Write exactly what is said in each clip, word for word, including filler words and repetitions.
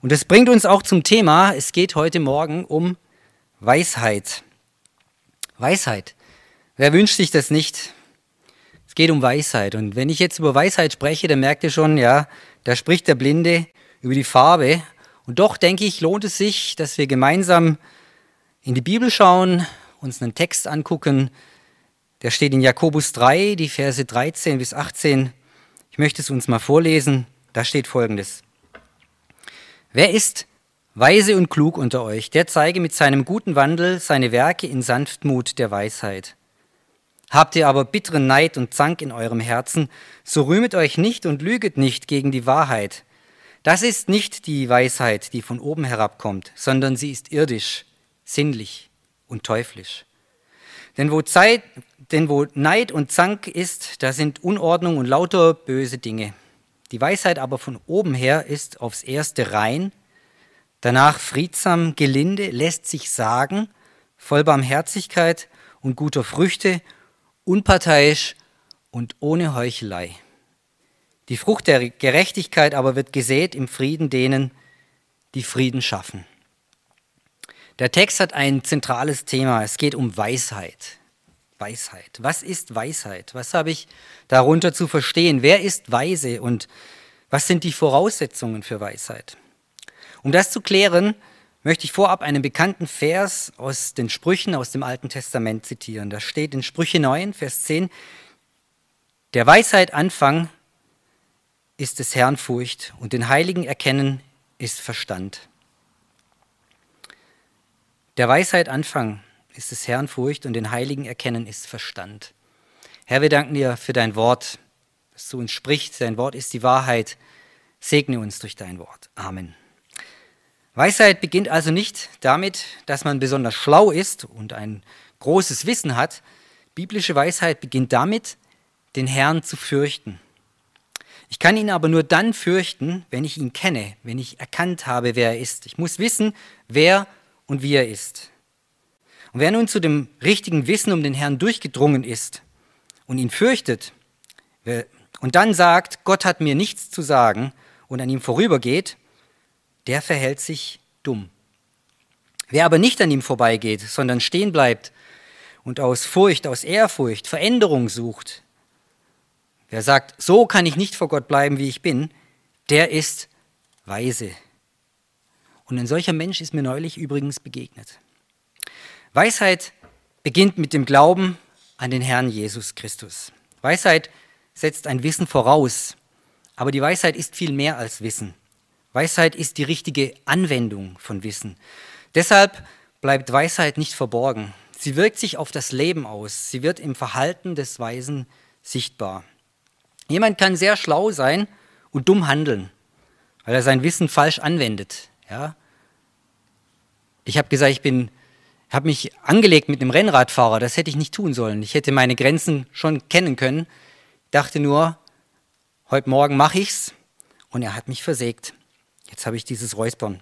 Und das bringt uns auch zum Thema, es geht heute Morgen um Weisheit. Weisheit. Wer wünscht sich das nicht? Es geht um Weisheit. Und wenn ich jetzt über Weisheit spreche, dann merkt ihr schon, ja, da spricht der Blinde über die Farbe. Und doch, denke ich, lohnt es sich, dass wir gemeinsam in die Bibel schauen, uns einen Text angucken. Der steht in Jakobus drei, die Verse dreizehn bis achtzehn. Ich möchte es uns mal vorlesen. Da steht Folgendes. Wer ist weise und klug unter euch? Der zeige mit seinem guten Wandel seine Werke in Sanftmut der Weisheit. Habt ihr aber bitteren Neid und Zank in eurem Herzen, so rühmet euch nicht und lüget nicht gegen die Wahrheit. Das ist nicht die Weisheit, die von oben herabkommt, sondern sie ist irdisch, sinnlich und teuflisch. Denn wo, Zeit, denn wo Neid und Zank ist, da sind Unordnung und lauter böse Dinge. Die Weisheit aber von oben her ist aufs erste rein, danach friedsam, gelinde, lässt sich sagen, voll Barmherzigkeit und guter Früchte, unparteiisch und ohne Heuchelei. Die Frucht der Gerechtigkeit aber wird gesät im Frieden denen, die Frieden schaffen. Der Text hat ein zentrales Thema. Es geht um Weisheit. Weisheit. Was ist Weisheit? Was habe ich darunter zu verstehen? Wer ist weise und was sind die Voraussetzungen für Weisheit? Um das zu klären, möchte ich vorab einen bekannten Vers aus den Sprüchen aus dem Alten Testament zitieren. Da steht in Sprüche neun, Vers zehn, der Weisheit Anfang ist des Herrn Furcht und den Heiligen Erkennen ist Verstand. Der Weisheit Anfang ist des Herrn Furcht und den Heiligen Erkennen ist Verstand. Herr, wir danken dir für dein Wort, das zu uns spricht. Dein Wort ist die Wahrheit. Segne uns durch dein Wort. Amen. Weisheit beginnt also nicht damit, dass man besonders schlau ist und ein großes Wissen hat. Biblische Weisheit beginnt damit, den Herrn zu fürchten. Ich kann ihn aber nur dann fürchten, wenn ich ihn kenne, wenn ich erkannt habe, wer er ist. Ich muss wissen, wer und wie er ist. Und wer nun zu dem richtigen Wissen um den Herrn durchgedrungen ist und ihn fürchtet und dann sagt, Gott hat mir nichts zu sagen und an ihm vorübergeht, der verhält sich dumm. Wer aber nicht an ihm vorbeigeht, sondern stehen bleibt und aus Furcht, aus Ehrfurcht Veränderung sucht, wer sagt, so kann ich nicht vor Gott bleiben, wie ich bin, der ist weise. Und ein solcher Mensch ist mir neulich übrigens begegnet. Weisheit beginnt mit dem Glauben an den Herrn Jesus Christus. Weisheit setzt ein Wissen voraus, aber die Weisheit ist viel mehr als Wissen. Weisheit ist die richtige Anwendung von Wissen. Deshalb bleibt Weisheit nicht verborgen. Sie wirkt sich auf das Leben aus. Sie wird im Verhalten des Weisen sichtbar. Jemand kann sehr schlau sein und dumm handeln, weil er sein Wissen falsch anwendet. Ja? Ich habe gesagt, ich bin, habe mich angelegt mit einem Rennradfahrer. Das hätte ich nicht tun sollen. Ich hätte meine Grenzen schon kennen können. Dachte nur, heute Morgen mache ich's und er hat mich versägt. Jetzt habe ich dieses Räuspern.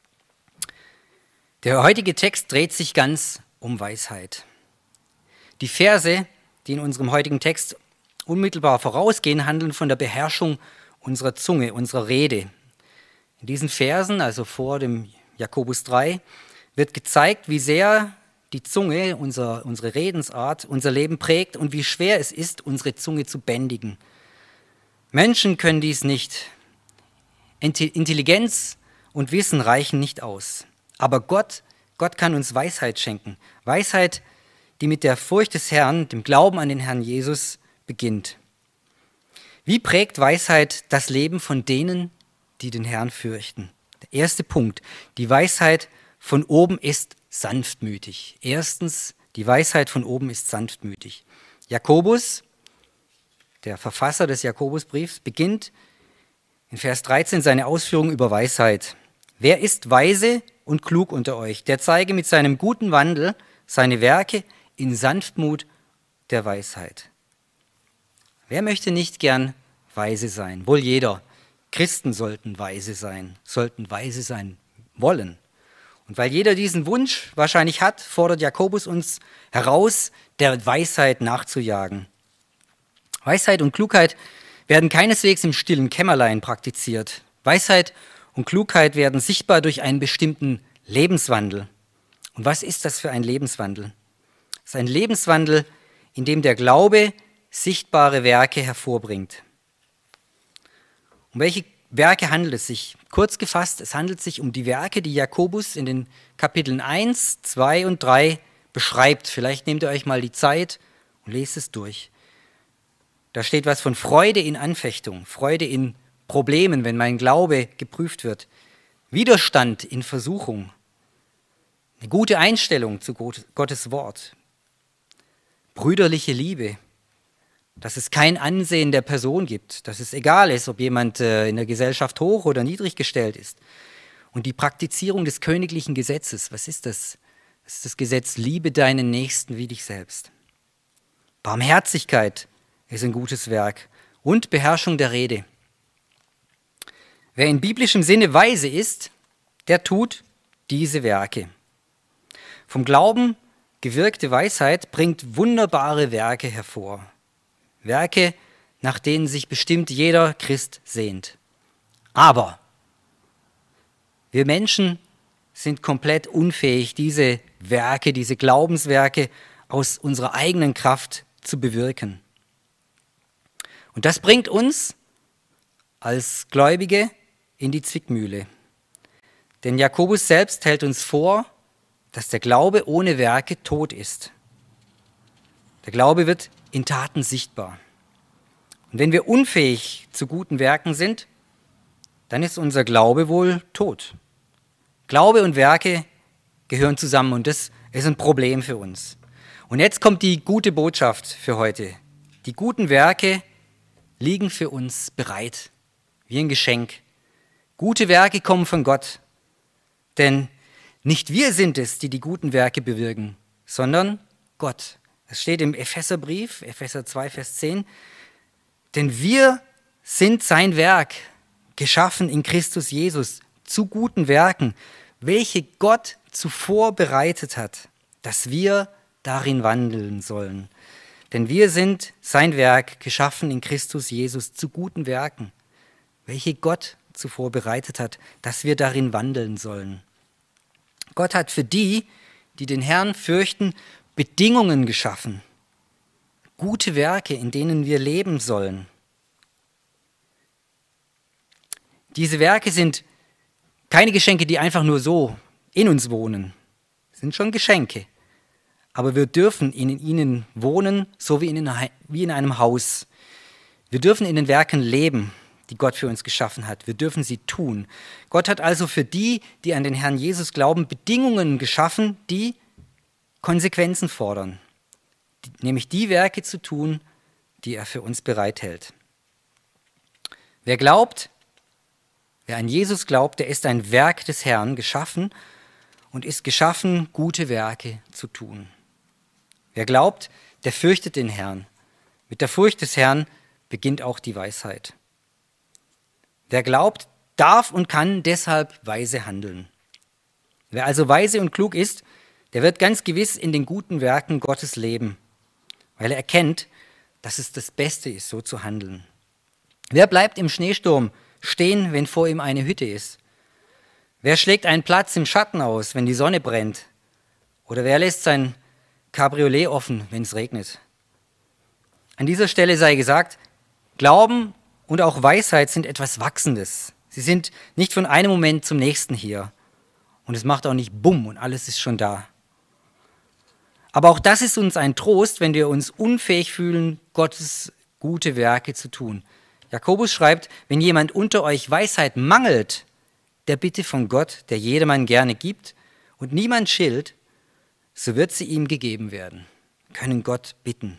Der heutige Text dreht sich ganz um Weisheit. Die Verse, die in unserem heutigen Text unmittelbar vorausgehen, handeln von der Beherrschung unserer Zunge, unserer Rede. In diesen Versen, also vor dem Jakobus drei, wird gezeigt, wie sehr die Zunge, unser, unsere Redensart, unser Leben prägt und wie schwer es ist, unsere Zunge zu bändigen. Menschen können dies nicht. Intelligenz und Wissen reichen nicht aus. Aber Gott, Gott kann uns Weisheit schenken. Weisheit, die mit der Furcht des Herrn, dem Glauben an den Herrn Jesus beginnt. Wie prägt Weisheit das Leben von denen, die den Herrn fürchten? Der erste Punkt, die Weisheit von oben ist sanftmütig. Erstens, die Weisheit von oben ist sanftmütig. Jakobus, der Verfasser des Jakobusbriefs, beginnt in Vers dreizehn seine Ausführungen über Weisheit. Wer ist weise und klug unter euch? Der zeige mit seinem guten Wandel seine Werke in Sanftmut der Weisheit. Wer möchte nicht gern weise sein? Wohl jeder. Christen sollten weise sein, sollten weise sein wollen. Und weil jeder diesen Wunsch wahrscheinlich hat, fordert Jakobus uns heraus, der Weisheit nachzujagen. Weisheit und Klugheit werden keineswegs im stillen Kämmerlein praktiziert. Weisheit und Klugheit werden sichtbar durch einen bestimmten Lebenswandel. Und was ist das für ein Lebenswandel? Es ist ein Lebenswandel, in dem der Glaube sichtbare Werke hervorbringt. Um welche Werke handelt es sich? Kurz gefasst, es handelt sich um die Werke, die Jakobus in den Kapiteln eins, zwei und drei beschreibt. Vielleicht nehmt ihr euch mal die Zeit und lest es durch. Da steht was von Freude in Anfechtung, Freude in Problemen, wenn mein Glaube geprüft wird, Widerstand in Versuchung, eine gute Einstellung zu Gottes Wort, brüderliche Liebe, dass es kein Ansehen der Person gibt, dass es egal ist, ob jemand in der Gesellschaft hoch oder niedrig gestellt ist. Und die Praktizierung des königlichen Gesetzes, was ist das? Das ist das Gesetz, liebe deinen Nächsten wie dich selbst. Barmherzigkeit ist ein gutes Werk und Beherrschung der Rede. Wer in biblischem Sinne weise ist, der tut diese Werke. Vom Glauben gewirkte Weisheit bringt wunderbare Werke hervor. Werke, nach denen sich bestimmt jeder Christ sehnt. Aber wir Menschen sind komplett unfähig, diese Werke, diese Glaubenswerke aus unserer eigenen Kraft zu bewirken. Und das bringt uns als Gläubige in die Zwickmühle. Denn Jakobus selbst hält uns vor, dass der Glaube ohne Werke tot ist. Der Glaube wird in Taten sichtbar. Und wenn wir unfähig zu guten Werken sind, dann ist unser Glaube wohl tot. Glaube und Werke gehören zusammen und das ist ein Problem für uns. Und jetzt kommt die gute Botschaft für heute. Die guten Werke liegen für uns bereit, wie ein Geschenk. Gute Werke kommen von Gott, denn nicht wir sind es, die die guten Werke bewirken, sondern Gott. Es steht im Epheserbrief, Epheser zwei, Vers zehn, denn wir sind sein Werk, geschaffen in Christus Jesus, zu guten Werken, welche Gott zuvor bereitet hat, dass wir darin wandeln sollen. Denn wir sind sein Werk, geschaffen in Christus Jesus, zu guten Werken, welche Gott zuvor bereitet hat, dass wir darin wandeln sollen. Gott hat für die, die den Herrn fürchten, Bedingungen geschaffen, gute Werke, in denen wir leben sollen. Diese Werke sind keine Geschenke, die einfach nur so in uns wohnen. Es sind schon Geschenke, aber wir dürfen in ihnen wohnen, so wie in, wie in einem Haus. Wir dürfen in den Werken leben, die Gott für uns geschaffen hat. Wir dürfen sie tun. Gott hat also für die, die an den Herrn Jesus glauben, Bedingungen geschaffen, die Konsequenzen fordern, nämlich die Werke zu tun, die er für uns bereithält. Wer glaubt, wer an Jesus glaubt, der ist ein Werk des Herrn geschaffen und ist geschaffen, gute Werke zu tun. Wer glaubt, der fürchtet den Herrn. Mit der Furcht des Herrn beginnt auch die Weisheit. Wer glaubt, darf und kann deshalb weise handeln. Wer also weise und klug ist, der wird ganz gewiss in den guten Werken Gottes leben, weil er erkennt, dass es das Beste ist, so zu handeln. Wer bleibt im Schneesturm stehen, wenn vor ihm eine Hütte ist? Wer schlägt einen Platz im Schatten aus, wenn die Sonne brennt? Oder wer lässt sein Cabriolet offen, wenn es regnet? An dieser Stelle sei gesagt, Glauben und auch Weisheit sind etwas Wachsendes. Sie sind nicht von einem Moment zum nächsten hier. Und es macht auch nicht Bumm und alles ist schon da. Aber auch das ist uns ein Trost, wenn wir uns unfähig fühlen, Gottes gute Werke zu tun. Jakobus schreibt, wenn jemand unter euch Weisheit mangelt, der bitte von Gott, der jedermann gerne gibt und niemand schilt, so wird sie ihm gegeben werden. Wir können Gott bitten.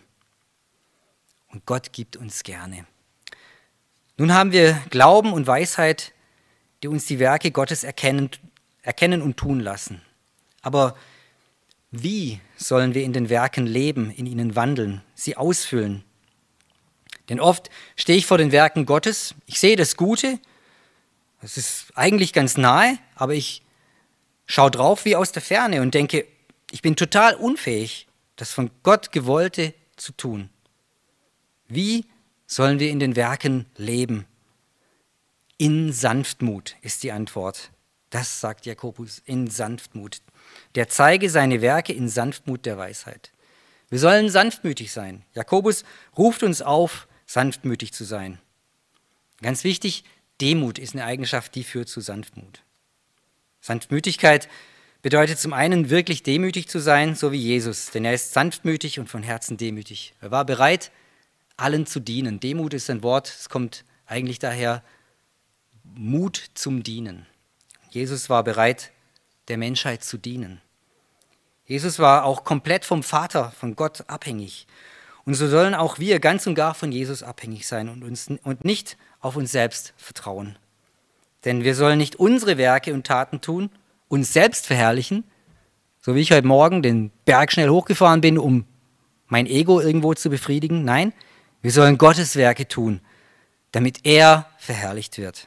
Und Gott gibt uns gerne. Nun haben wir Glauben und Weisheit, die uns die Werke Gottes erkennen, erkennen und tun lassen. Aber wie sollen wir in den Werken leben, in ihnen wandeln, sie ausfüllen? Denn oft stehe ich vor den Werken Gottes, ich sehe das Gute, es ist eigentlich ganz nahe, aber ich schaue drauf wie aus der Ferne und denke, ich bin total unfähig, das von Gott Gewollte zu tun. Wie sollen wir in den Werken leben? In Sanftmut ist die Antwort. Das sagt Jakobus, in Sanftmut. Der zeige seine Werke in Sanftmut der Weisheit. Wir sollen sanftmütig sein. Jakobus ruft uns auf, sanftmütig zu sein. Ganz wichtig, Demut ist eine Eigenschaft, die führt zu Sanftmut. Sanftmütigkeit bedeutet zum einen wirklich demütig zu sein, so wie Jesus, denn er ist sanftmütig und von Herzen demütig. Er war bereit, allen zu dienen. Demut ist ein Wort, es kommt eigentlich daher, Mut zum Dienen. Jesus war bereit, der Menschheit zu dienen. Jesus war auch komplett vom Vater, von Gott abhängig. Und so sollen auch wir ganz und gar von Jesus abhängig sein und, uns, und nicht auf uns selbst vertrauen. Denn wir sollen nicht unsere Werke und Taten tun, uns selbst verherrlichen, so wie ich heute Morgen den Berg schnell hochgefahren bin, um mein Ego irgendwo zu befriedigen. Nein, wir sollen Gottes Werke tun, damit er verherrlicht wird.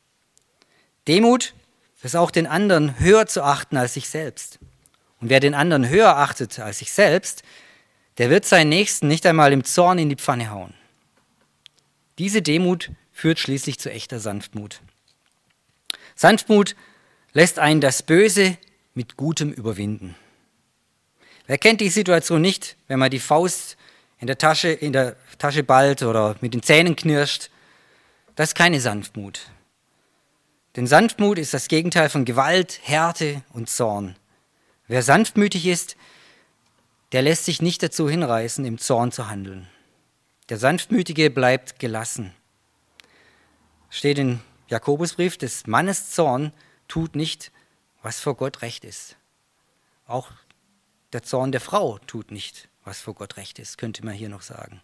Demut ist auch den anderen höher zu achten als sich selbst. Und wer den anderen höher achtet als sich selbst, der wird seinen Nächsten nicht einmal im Zorn in die Pfanne hauen. Diese Demut führt schließlich zu echter Sanftmut. Sanftmut lässt einen das Böse mit Gutem überwinden. Wer kennt die Situation nicht, wenn man die Faust in der Tasche, in der Tasche ballt oder mit den Zähnen knirscht? Das ist keine Sanftmut. Denn Sanftmut ist das Gegenteil von Gewalt, Härte und Zorn. Wer sanftmütig ist, der lässt sich nicht dazu hinreißen, im Zorn zu handeln. Der Sanftmütige bleibt gelassen. Steht in Jakobusbrief, des Mannes Zorn tut nicht, was vor Gott recht ist. Auch der Zorn der Frau tut nicht, was vor Gott recht ist, könnte man hier noch sagen.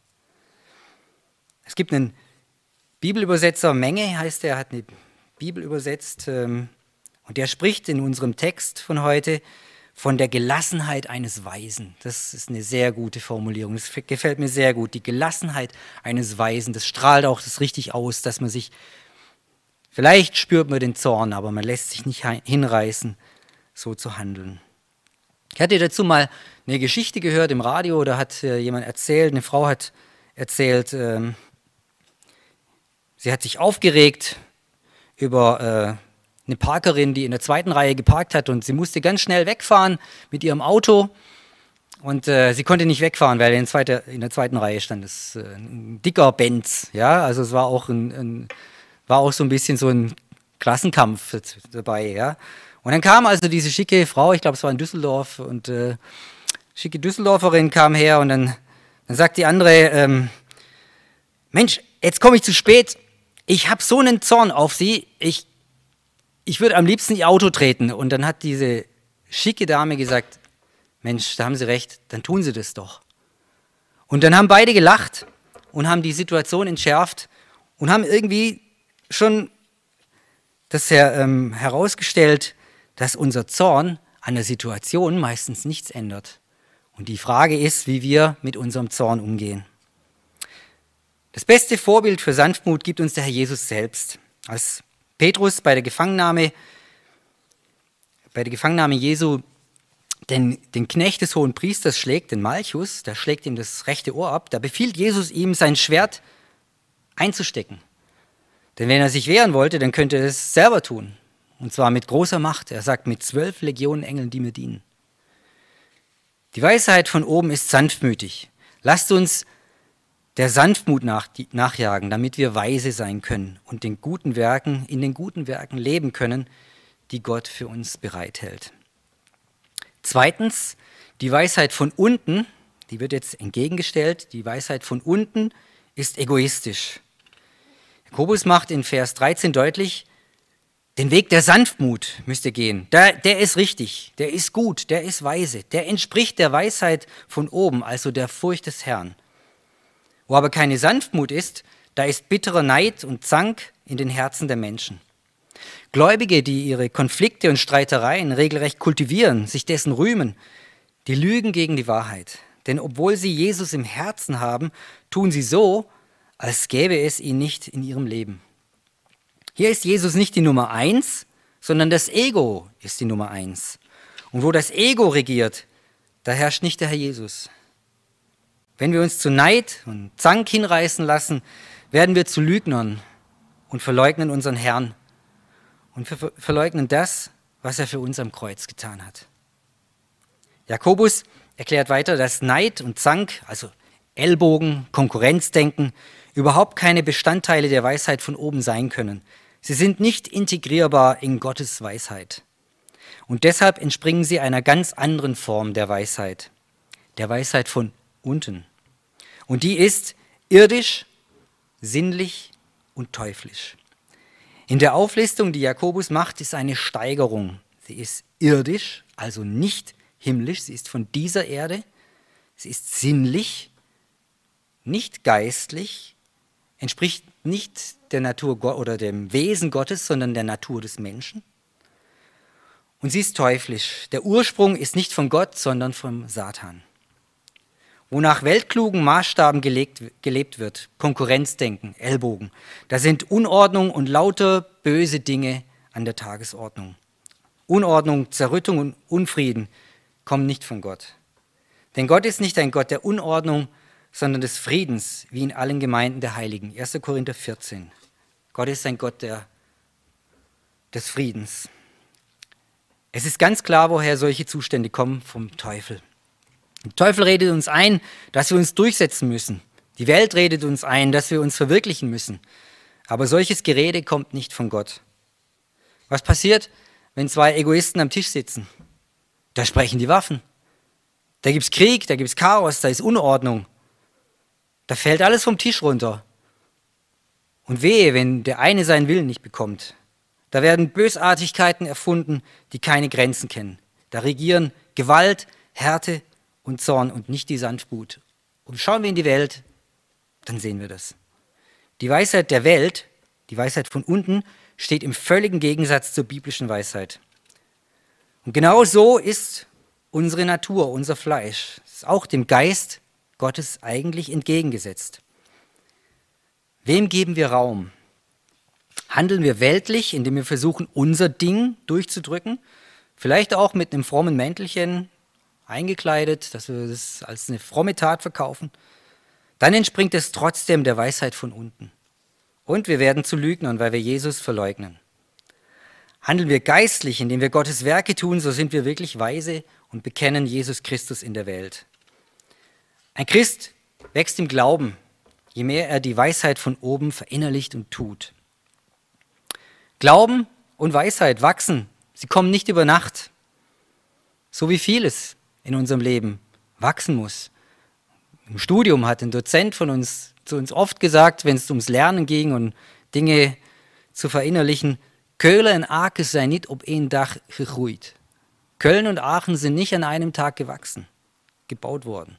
Es gibt einen Bibelübersetzer, Menge heißt er, hat eine Bibel übersetzt ähm, und der spricht in unserem Text von heute von der Gelassenheit eines Weisen. Das ist eine sehr gute Formulierung, das gefällt mir sehr gut. Die Gelassenheit eines Weisen, das strahlt auch das richtig aus, dass man sich, vielleicht spürt man den Zorn, aber man lässt sich nicht hinreißen, so zu handeln. Ich hatte dazu mal eine Geschichte gehört im Radio, da hat äh, jemand erzählt, eine Frau hat erzählt, ähm, sie hat sich aufgeregt über äh, eine Parkerin, die in der zweiten Reihe geparkt hat und sie musste ganz schnell wegfahren mit ihrem Auto und äh, sie konnte nicht wegfahren, weil in, zweiter, in der zweiten Reihe stand das, äh, ein dicker Benz, ja, also es war auch, ein, ein, war auch so ein bisschen so ein Klassenkampf dabei, ja. Und dann kam also diese schicke Frau, ich glaube es war in Düsseldorf und äh, schicke Düsseldorferin kam her und dann, dann sagt die andere, ähm, Mensch, jetzt komme ich zu spät, ich habe so einen Zorn auf Sie, ich, ich würde am liebsten Ihr Auto treten. Und dann hat diese schicke Dame gesagt, Mensch, da haben Sie recht, dann tun Sie das doch. Und dann haben beide gelacht und haben die Situation entschärft und haben irgendwie schon das her, ähm, herausgestellt, dass unser Zorn an der Situation meistens nichts ändert. Und die Frage ist, wie wir mit unserem Zorn umgehen. Das beste Vorbild für Sanftmut gibt uns der Herr Jesus selbst. Als Petrus bei der Gefangennahme, bei der Gefangennahme Jesu den, den Knecht des hohen Priesters schlägt, den Malchus, der schlägt ihm das rechte Ohr ab, da befiehlt Jesus ihm, sein Schwert einzustecken. Denn wenn er sich wehren wollte, dann könnte er es selber tun. Und zwar mit großer Macht. Er sagt, mit zwölf Legionen Engeln, die mir dienen. Die Weisheit von oben ist sanftmütig. Lasst uns der Sanftmut nach, die, nachjagen, damit wir weise sein können und den guten Werken, in den guten Werken leben können, die Gott für uns bereithält. Zweitens, die Weisheit von unten, die wird jetzt entgegengestellt, die Weisheit von unten ist egoistisch. Jakobus macht in Vers dreizehn deutlich, den Weg der Sanftmut müsst ihr gehen. Der, der ist richtig, der ist gut, der ist weise, der entspricht der Weisheit von oben, also der Furcht des Herrn. Wo aber keine Sanftmut ist, da ist bitterer Neid und Zank in den Herzen der Menschen. Gläubige, die ihre Konflikte und Streitereien regelrecht kultivieren, sich dessen rühmen, die lügen gegen die Wahrheit. Denn obwohl sie Jesus im Herzen haben, tun sie so, als gäbe es ihn nicht in ihrem Leben. Hier ist Jesus nicht die Nummer eins, sondern das Ego ist die Nummer eins. Und wo das Ego regiert, da herrscht nicht der Herr Jesus. Wenn wir uns zu Neid und Zank hinreißen lassen, werden wir zu Lügnern und verleugnen unseren Herrn und ver verleugnen das, was er für uns am Kreuz getan hat. Jakobus erklärt weiter, dass Neid und Zank, also Ellbogen, Konkurrenzdenken, überhaupt keine Bestandteile der Weisheit von oben sein können. Sie sind nicht integrierbar in Gottes Weisheit. Und deshalb entspringen sie einer ganz anderen Form der Weisheit, der Weisheit von unten. Und die ist irdisch, sinnlich und teuflisch. In der Auflistung, die Jakobus macht, ist eine Steigerung. Sie ist irdisch, also nicht himmlisch, sie ist von dieser Erde. Sie ist sinnlich, nicht geistlich, entspricht nicht der Natur oder dem Wesen Gottes, sondern der Natur des Menschen. Und sie ist teuflisch. Der Ursprung ist nicht von Gott, sondern vom Satan. Wonach weltklugen Maßstaben gelegt, gelebt wird, Konkurrenzdenken, Ellbogen, da sind Unordnung und lauter böse Dinge an der Tagesordnung. Unordnung, Zerrüttung und Unfrieden kommen nicht von Gott. Denn Gott ist nicht ein Gott der Unordnung, sondern des Friedens, wie in allen Gemeinden der Heiligen. erster Korinther vierzehn. Gott ist ein Gott der, des Friedens. Es ist ganz klar, woher solche Zustände kommen, vom Teufel. Der Teufel redet uns ein, dass wir uns durchsetzen müssen. Die Welt redet uns ein, dass wir uns verwirklichen müssen. Aber solches Gerede kommt nicht von Gott. Was passiert, wenn zwei Egoisten am Tisch sitzen? Da sprechen die Waffen. Da gibt es Krieg, da gibt es Chaos, da ist Unordnung. Da fällt alles vom Tisch runter. Und wehe, wenn der eine seinen Willen nicht bekommt. Da werden Bösartigkeiten erfunden, die keine Grenzen kennen. Da regieren Gewalt, Härte und Zorn und nicht die Sanftmut. Und schauen wir in die Welt, dann sehen wir das. Die Weisheit der Welt, die Weisheit von unten, steht im völligen Gegensatz zur biblischen Weisheit. Und genau so ist unsere Natur, unser Fleisch. Es ist auch dem Geist Gottes eigentlich entgegengesetzt. Wem geben wir Raum? Handeln wir weltlich, indem wir versuchen, unser Ding durchzudrücken? Vielleicht auch mit einem frommen Mäntelchen eingekleidet, dass wir das als eine fromme Tat verkaufen? Dann entspringt es trotzdem der Weisheit von unten. Und wir werden zu Lügnern, weil wir Jesus verleugnen. Handeln wir geistlich, indem wir Gottes Werke tun, so sind wir wirklich weise und bekennen Jesus Christus in der Welt. Ein Christ wächst im Glauben, je mehr er die Weisheit von oben verinnerlicht und tut. Glauben und Weisheit wachsen, sie kommen nicht über Nacht, so wie vieles in unserem Leben wachsen muss. Im Studium hat ein Dozent von uns zu uns oft gesagt, wenn es ums Lernen ging und Dinge zu verinnerlichen, Keulen en Aken zijn niet op één Dag gegroeid. Köln und Aachen sind nicht an einem Tag gewachsen, gebaut worden.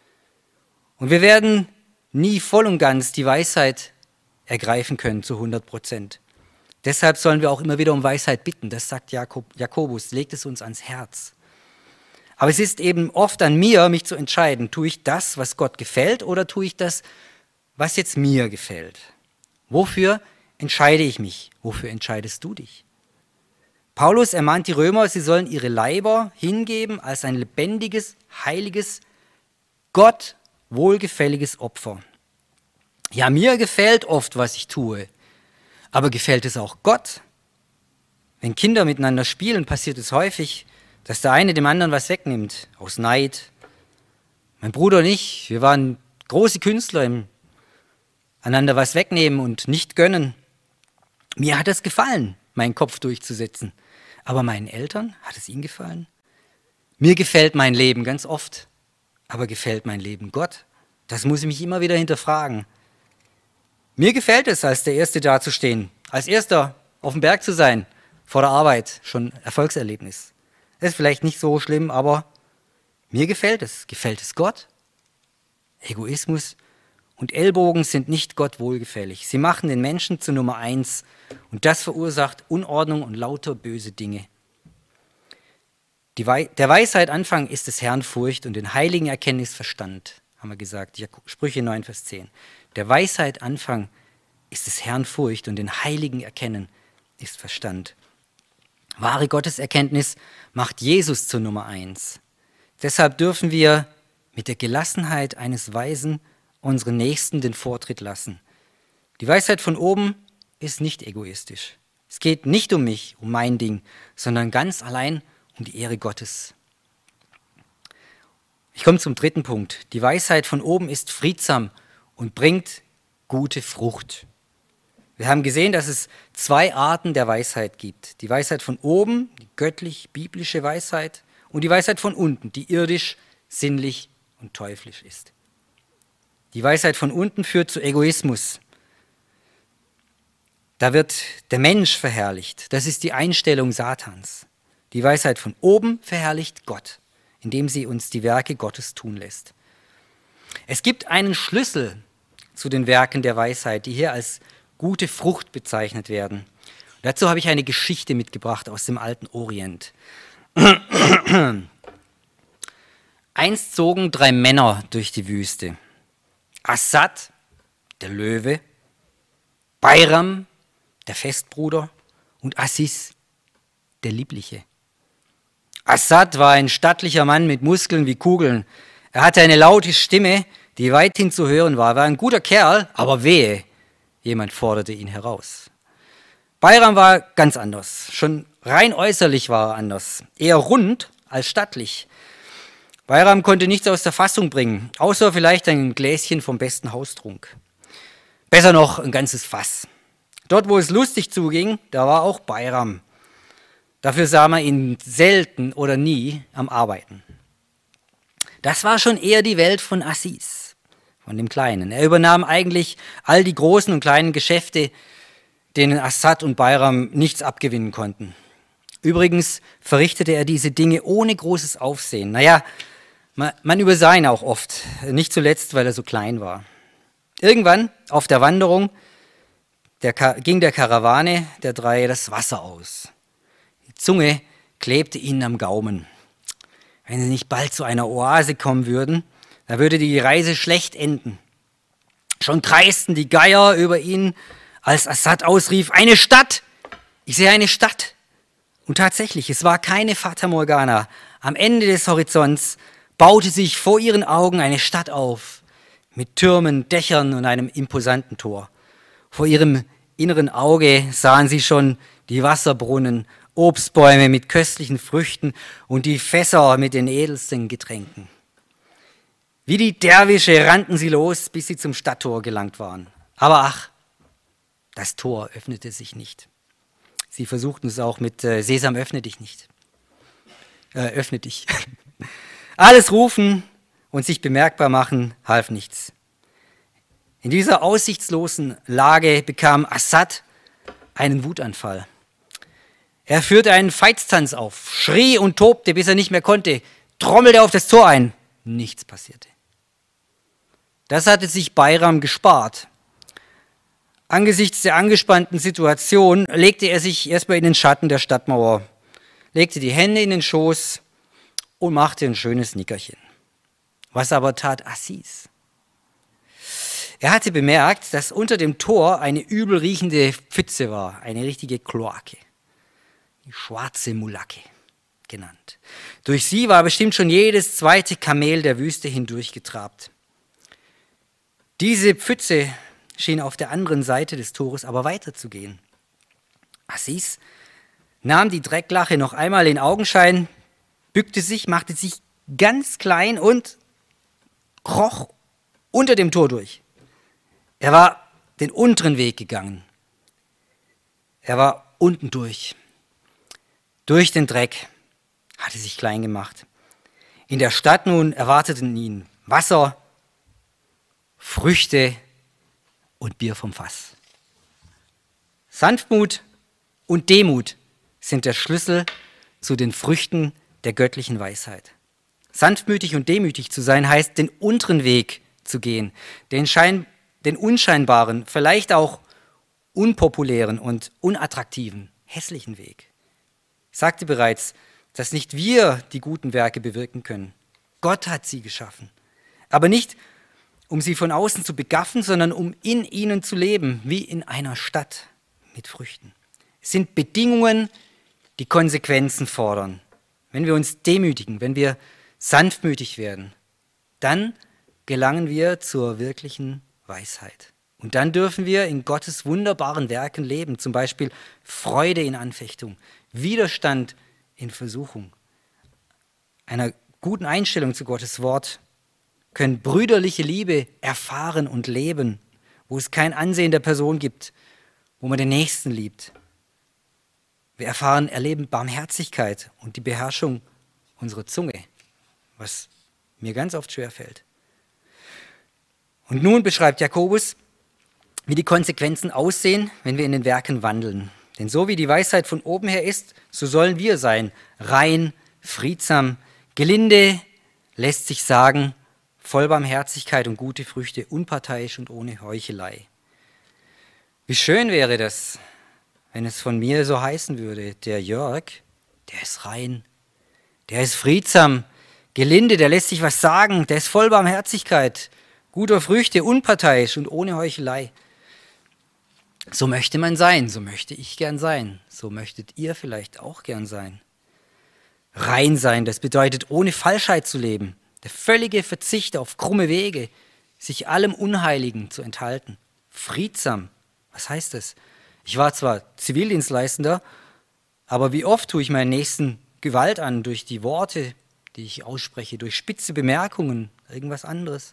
Und wir werden nie voll und ganz die Weisheit ergreifen können zu hundert Prozent. Deshalb sollen wir auch immer wieder um Weisheit bitten. Das sagt Jakob, Jakobus, legt es uns ans Herz. Aber es ist eben oft an mir, mich zu entscheiden, tue ich das, was Gott gefällt, oder tue ich das, was jetzt mir gefällt? Wofür entscheide ich mich? Wofür entscheidest du dich? Paulus ermahnt die Römer, sie sollen ihre Leiber hingeben als ein lebendiges, heiliges, Gott wohlgefälliges Opfer. Ja, mir gefällt oft, was ich tue, aber gefällt es auch Gott? Wenn Kinder miteinander spielen, passiert es häufig, dass der eine dem anderen was wegnimmt, aus Neid. Mein Bruder und ich, wir waren große Künstler im einander was wegnehmen und nicht gönnen. Mir hat es gefallen, meinen Kopf durchzusetzen. Aber meinen Eltern hat es ihnen gefallen? Mir gefällt mein Leben ganz oft, aber gefällt mein Leben Gott? Das muss ich mich immer wieder hinterfragen. Mir gefällt es, als der Erste dazustehen, als Erster auf dem Berg zu sein, vor der Arbeit, schon Erfolgserlebnis. Das ist vielleicht nicht so schlimm, aber mir gefällt es. Gefällt es Gott? Egoismus und Ellbogen sind nicht Gott wohlgefällig. Sie machen den Menschen zu Nummer eins und das verursacht Unordnung und lauter böse Dinge. Die Wei- der Weisheit Anfang ist des Herrn Furcht und den Heiligen Erkenntnis Verstand, haben wir gesagt, Sprüche neun, Vers zehn. Der Weisheit Anfang ist des Herrn Furcht und den Heiligen Erkennen ist Verstand. Wahre Gotteserkenntnis macht Jesus zur Nummer eins. Deshalb dürfen wir mit der Gelassenheit eines Weisen unseren Nächsten den Vortritt lassen. Die Weisheit von oben ist nicht egoistisch. Es geht nicht um mich, um mein Ding, sondern ganz allein um die Ehre Gottes. Ich komme zum dritten Punkt. Die Weisheit von oben ist friedsam und bringt gute Frucht. Wir haben gesehen, dass es zwei Arten der Weisheit gibt. Die Weisheit von oben, die göttlich-biblische Weisheit, und die Weisheit von unten, die irdisch, sinnlich und teuflisch ist. Die Weisheit von unten führt zu Egoismus. Da wird der Mensch verherrlicht. Das ist die Einstellung Satans. Die Weisheit von oben verherrlicht Gott, indem sie uns die Werke Gottes tun lässt. Es gibt einen Schlüssel zu den Werken der Weisheit, die hier als gute Frucht bezeichnet werden. Dazu habe ich eine Geschichte mitgebracht aus dem alten Orient. Einst zogen drei Männer durch die Wüste. Assad, der Löwe, Bairam, der Festbruder, und Asis, der Liebliche. Assad war ein stattlicher Mann mit Muskeln wie Kugeln. Er hatte eine laute Stimme, die weithin zu hören war. Er war ein guter Kerl, aber wehe, jemand forderte ihn heraus. Bairam war ganz anders. Schon rein äußerlich war er anders. Eher rund als stattlich. Bairam konnte nichts aus der Fassung bringen, außer vielleicht ein Gläschen vom besten Haustrunk. Besser noch ein ganzes Fass. Dort, wo es lustig zuging, da war auch Bairam. Dafür sah man ihn selten oder nie am Arbeiten. Das war schon eher die Welt von Asis, von dem Kleinen. Er übernahm eigentlich all die großen und kleinen Geschäfte, denen Assad und Bairam nichts abgewinnen konnten. Übrigens verrichtete er diese Dinge ohne großes Aufsehen. Naja, man, man übersah ihn auch oft, nicht zuletzt, weil er so klein war. Irgendwann auf der Wanderung der, ging der Karawane der drei das Wasser aus. Die Zunge klebte ihnen am Gaumen. Wenn sie nicht bald zu einer Oase kommen würden, da würde die Reise schlecht enden. Schon kreisten die Geier über ihn, als Assad ausrief, eine Stadt! Ich sehe eine Stadt! Und tatsächlich, es war keine Fata Morgana. Am Ende des Horizonts baute sich vor ihren Augen eine Stadt auf, mit Türmen, Dächern und einem imposanten Tor. Vor ihrem inneren Auge sahen sie schon die Wasserbrunnen, Obstbäume mit köstlichen Früchten und die Fässer mit den edelsten Getränken. Wie die Derwische rannten sie los, bis sie zum Stadttor gelangt waren. Aber ach, das Tor öffnete sich nicht. Sie versuchten es auch mit äh, Sesam, öffne dich nicht. Äh, öffne dich. Alles rufen und sich bemerkbar machen half nichts. In dieser aussichtslosen Lage bekam Assad einen Wutanfall. Er führte einen Veitstanz auf, schrie und tobte, bis er nicht mehr konnte, trommelte auf das Tor ein. Nichts passierte. Das hatte sich Bairam gespart. Angesichts der angespannten Situation legte er sich erstmal in den Schatten der Stadtmauer, legte die Hände in den Schoß und machte ein schönes Nickerchen. Was aber tat Asis? Er hatte bemerkt, dass unter dem Tor eine übel riechende Pfütze war, eine richtige Kloake, die schwarze Mulake genannt. Durch sie war bestimmt schon jedes zweite Kamel der Wüste hindurchgetrabt. Diese Pfütze schien auf der anderen Seite des Tores aber weiterzugehen. Asis nahm die Drecklache noch einmal in Augenschein, bückte sich, machte sich ganz klein und kroch unter dem Tor durch. Er war den unteren Weg gegangen. Er war unten durch. Durch den Dreck, hatte sich klein gemacht. In der Stadt nun erwarteten ihn Wasser, Früchte und Bier vom Fass. Sanftmut und Demut sind der Schlüssel zu den Früchten der göttlichen Weisheit. Sanftmütig und demütig zu sein heißt, den unteren Weg zu gehen, den, Schein, den unscheinbaren, vielleicht auch unpopulären und unattraktiven, hässlichen Weg. Ich sagte bereits, dass nicht wir die guten Werke bewirken können. Gott hat sie geschaffen. Aber nicht, um sie von außen zu begaffen, sondern um in ihnen zu leben, wie in einer Stadt mit Früchten. Es sind Bedingungen, die Konsequenzen fordern. Wenn wir uns demütigen, wenn wir sanftmütig werden, dann gelangen wir zur wirklichen Weisheit. Und dann dürfen wir in Gottes wunderbaren Werken leben, zum Beispiel Freude in Anfechtung, Widerstand in Versuchung, einer guten Einstellung zu Gottes Wort, können brüderliche Liebe erfahren und leben, wo es kein Ansehen der Person gibt, wo man den Nächsten liebt. Wir erfahren, erleben Barmherzigkeit und die Beherrschung unserer Zunge, was mir ganz oft schwerfällt. Und nun beschreibt Jakobus, wie die Konsequenzen aussehen, wenn wir in den Werken wandeln. Denn so wie die Weisheit von oben her ist, so sollen wir sein, rein, friedsam, gelinde, lässt sich sagen, voll Barmherzigkeit und gute Früchte, unparteiisch und ohne Heuchelei. Wie schön wäre das, wenn es von mir so heißen würde, der Jörg, der ist rein, der ist friedsam, gelinde, der lässt sich was sagen, der ist voll Barmherzigkeit, guter Früchte, unparteiisch und ohne Heuchelei. So möchte man sein, so möchte ich gern sein, so möchtet ihr vielleicht auch gern sein. Rein sein, das bedeutet, ohne Falschheit zu leben, der völlige Verzicht auf krumme Wege, sich allem Unheiligen zu enthalten. Friedsam, was heißt das? Ich war zwar Zivildienstleistender, aber wie oft tue ich meinen Nächsten Gewalt an durch die Worte, die ich ausspreche, durch spitze Bemerkungen, irgendwas anderes.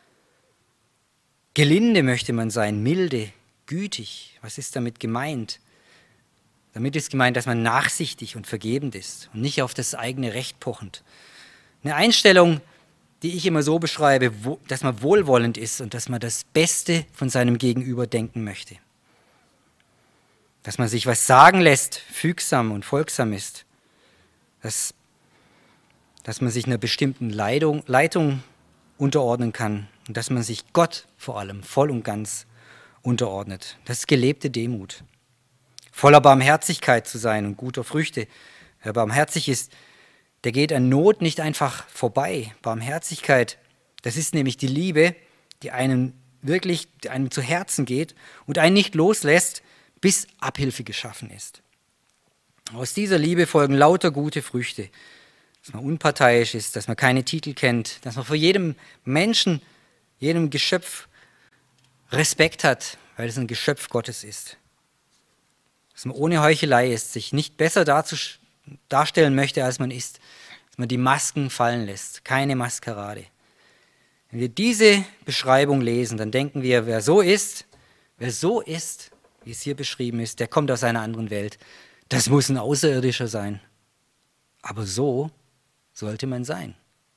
Gelinde möchte man sein, milde, gütig. Was ist damit gemeint? Damit ist gemeint, dass man nachsichtig und vergebend ist und nicht auf das eigene Recht pochend. Eine Einstellung, die ich immer so beschreibe, wo, dass man wohlwollend ist und dass man das Beste von seinem Gegenüber denken möchte. Dass man sich was sagen lässt, fügsam und folgsam ist. Dass, dass man sich einer bestimmten Leitung, Leitung unterordnen kann und dass man sich Gott vor allem voll und ganz unterordnet. Das ist gelebte Demut. Voller Barmherzigkeit zu sein und guter Früchte. Wer barmherzig ist, der geht an Not nicht einfach vorbei. Barmherzigkeit, das ist nämlich die Liebe, die einem wirklich, die einem zu Herzen geht und einen nicht loslässt, bis Abhilfe geschaffen ist. Aus dieser Liebe folgen lauter gute Früchte. Dass man unparteiisch ist, dass man keine Titel kennt, dass man vor jedem Menschen, jedem Geschöpf Respekt hat, weil es ein Geschöpf Gottes ist. Dass man ohne Heuchelei ist, sich nicht besser darstellen möchte, als man ist. Dass man die Masken fallen lässt, keine Maskerade. Wenn wir diese Beschreibung lesen, dann denken wir, wer so ist, wer so ist, wie es hier beschrieben ist, der kommt aus einer anderen Welt. Das muss ein Außerirdischer sein. Aber so sollte man sein.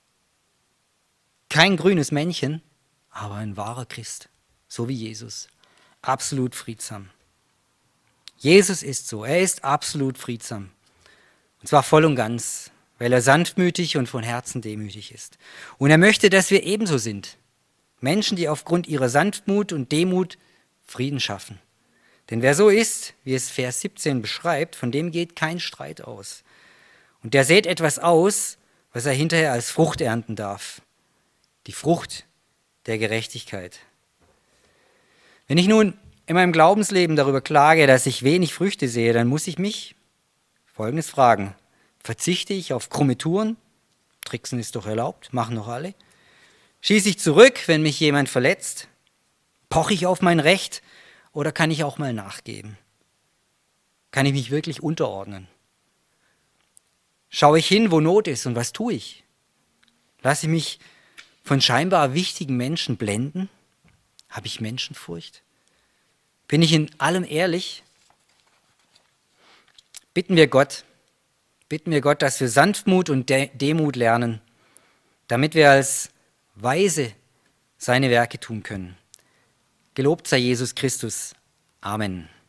Kein grünes Männchen, aber ein wahrer Christ. So wie Jesus. Absolut friedsam. Jesus ist so. Er ist absolut friedsam. Und zwar voll und ganz, weil er sanftmütig und von Herzen demütig ist. Und er möchte, dass wir ebenso sind. Menschen, die aufgrund ihrer Sanftmut und Demut Frieden schaffen. Denn wer so ist, wie es Vers siebzehn beschreibt, von dem geht kein Streit aus. Und der sät etwas aus, was er hinterher als Frucht ernten darf. Die Frucht der Gerechtigkeit. Wenn ich nun in meinem Glaubensleben darüber klage, dass ich wenig Früchte sehe, dann muss ich mich Folgendes fragen. Verzichte ich auf krumme Touren? Tricksen ist doch erlaubt, machen doch alle. Schieße ich zurück, wenn mich jemand verletzt? Poche ich auf mein Recht oder kann ich auch mal nachgeben? Kann ich mich wirklich unterordnen? Schaue ich hin, wo Not ist und was tue ich? Lasse ich mich von scheinbar wichtigen Menschen blenden? Habe ich Menschenfurcht? Bin ich in allem ehrlich? Bitten wir Gott, bitten wir Gott, dass wir Sanftmut und De- Demut lernen, damit wir als Weise seine Werke tun können. Gelobt sei Jesus Christus. Amen.